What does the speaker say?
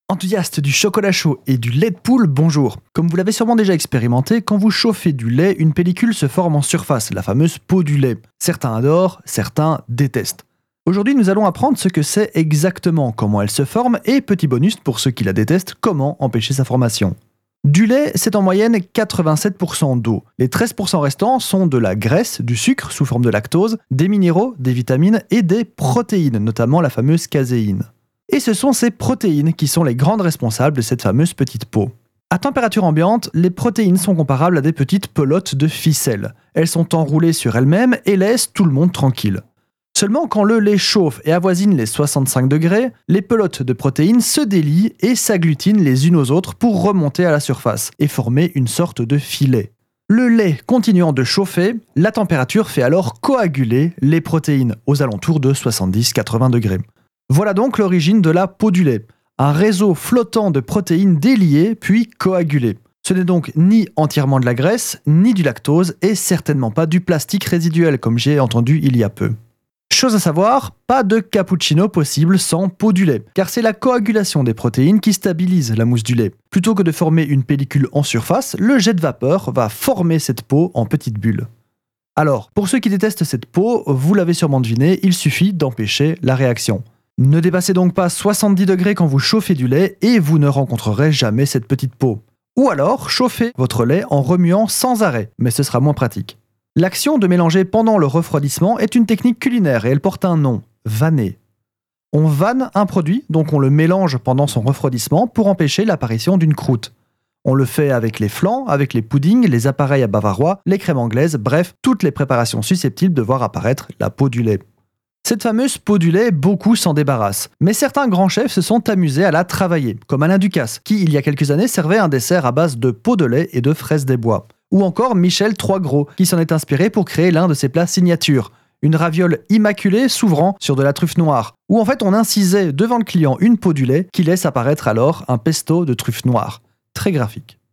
Enthousiaste du chocolat chaud et du lait de poule, bonjour. Comme vous l'avez sûrement déjà expérimenté, quand vous chauffez du lait, une pellicule se forme en surface, la fameuse peau du lait. Certains adorent, certains détestent. Aujourd'hui, nous allons apprendre ce que c'est exactement, comment elle se forme et, petit bonus pour ceux qui la détestent, comment empêcher sa formation. Du lait, c'est en moyenne 87% d'eau. Les 13% restants sont de la graisse, du sucre sous forme de lactose, des minéraux, des vitamines et des protéines, notamment la fameuse caséine. Et ce sont ces protéines qui sont les grandes responsables de cette fameuse petite peau. À température ambiante, les protéines sont comparables à des petites pelotes de ficelle. Elles sont enroulées sur elles-mêmes et laissent tout le monde tranquille. Seulement quand le lait chauffe et avoisine les 65 degrés, les pelotes de protéines se délient et s'agglutinent les unes aux autres pour remonter à la surface et former une sorte de filet. Le lait continuant de chauffer, la température fait alors coaguler les protéines aux alentours de 70-80 degrés. Voilà donc l'origine de la peau du lait, un réseau flottant de protéines déliées puis coagulées. Ce n'est donc ni entièrement de la graisse, ni du lactose et certainement pas du plastique résiduel comme j'ai entendu il y a peu. Chose à savoir, pas de cappuccino possible sans peau du lait, car c'est la coagulation des protéines qui stabilise la mousse du lait. Plutôt que de former une pellicule en surface, le jet de vapeur va former cette peau en petites bulles. Alors, pour ceux qui détestent cette peau, vous l'avez sûrement deviné, il suffit d'empêcher la réaction. Ne dépassez donc pas 70 degrés quand vous chauffez du lait et vous ne rencontrerez jamais cette petite peau. Ou alors, chauffez votre lait en remuant sans arrêt, mais ce sera moins pratique. L'action de mélanger pendant le refroidissement est une technique culinaire et elle porte un nom, vanner. On vanne un produit, donc on le mélange pendant son refroidissement pour empêcher l'apparition d'une croûte. On le fait avec les flancs, avec les puddings, les appareils à bavarois, les crèmes anglaises, bref, toutes les préparations susceptibles de voir apparaître la peau du lait. Cette fameuse peau du lait, beaucoup s'en débarrassent. Mais certains grands chefs se sont amusés à la travailler, comme Alain Ducasse, qui il y a quelques années servait un dessert à base de peau de lait et de fraises des bois. Ou encore Michel Troisgros, qui s'en est inspiré pour créer l'un de ses plats signatures, une raviole immaculée s'ouvrant sur de la truffe noire, où en fait on incisait devant le client une peau du lait qui laisse apparaître alors un pesto de truffe noire. Très graphique.